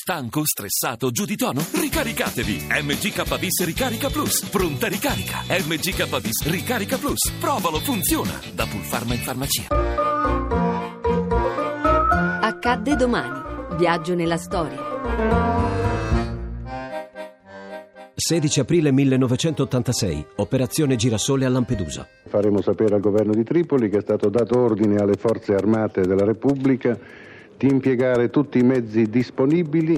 Stanco, stressato, giù di tono? Ricaricatevi! MGKBIS Ricarica Plus. Pronta ricarica. MGKBIS Ricarica Plus. Provalo, funziona. Da Pulpharma in farmacia. Accadde domani. Viaggio nella storia. 16 aprile 1986, operazione Girasole a Lampedusa. Faremo sapere al governo di Tripoli che è stato dato ordine alle forze armate della Repubblica di impiegare tutti i mezzi disponibili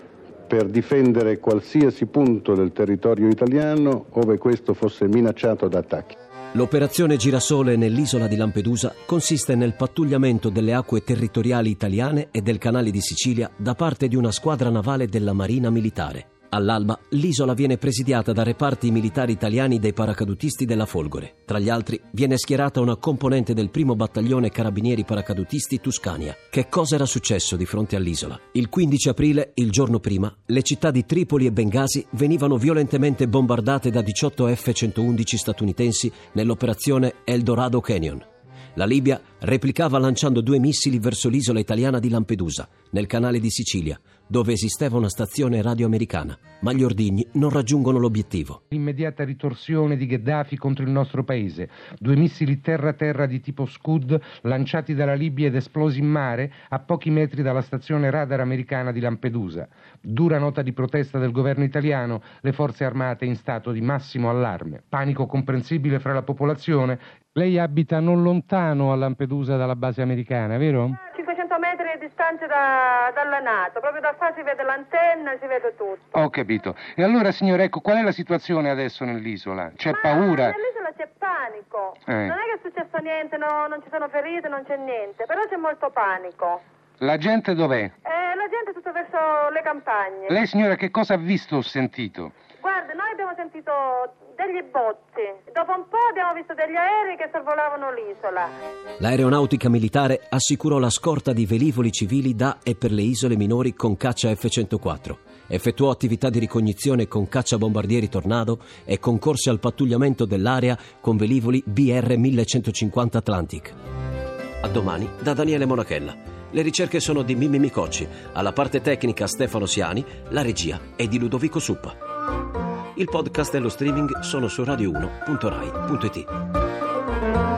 per difendere qualsiasi punto del territorio italiano ove questo fosse minacciato da attacchi. L'operazione Girasole nell'isola di Lampedusa consiste nel pattugliamento delle acque territoriali italiane e del canale di Sicilia da parte di una squadra navale della Marina Militare. All'alba l'isola viene presidiata da reparti militari italiani dei paracadutisti della Folgore. Tra gli altri viene schierata una componente del 1° battaglione carabinieri paracadutisti Tuscania. Che cosa era successo di fronte all'isola? Il 15 aprile, il giorno prima, le città di Tripoli e Bengasi venivano violentemente bombardate da 18 F-111 statunitensi nell'operazione El Dorado Canyon. La Libia replicava lanciando 2 missili verso l'isola italiana di Lampedusa, nel canale di Sicilia, dove esisteva una stazione radioamericana, ma gli ordigni non raggiungono l'obiettivo. L'immediata ritorsione di Gheddafi contro il nostro paese. 2 missili terra-terra di tipo Scud lanciati dalla Libia ed esplosi in mare a pochi metri dalla stazione radar americana di Lampedusa. Dura nota di protesta del governo italiano, le forze armate in stato di massimo allarme. Panico comprensibile fra la popolazione. Lei abita non lontano a Lampedusa dalla base americana, vero? 500 metri di distanza dalla NATO, proprio da qua si vede l'antenna, si vede tutto. Ho capito. E allora, signora, ecco, qual è la situazione adesso nell'isola? C'è paura? Nell'isola c'è panico. Non è che è successo niente, no, non ci sono ferite, non c'è niente, però c'è molto panico. La gente dov'è? La gente è tutto verso le campagne. Lei, signora, che cosa ha visto o sentito? Guarda, noi abbiamo sentito degli botti. Dopo un po' abbiamo visto degli aerei che sorvolavano l'isola. L'aeronautica militare assicurò la scorta di velivoli civili da e per le isole minori con caccia F-104. Effettuò attività di ricognizione con cacciabombardieri Tornado e concorse al pattugliamento dell'area con velivoli BR-1150 Atlantic. A domani da Daniele Monachella. Le ricerche sono di Mimmi Micocci, alla parte tecnica Stefano Siani, la regia è di Ludovico Suppa. Il podcast e lo streaming sono su radio1.rai.it.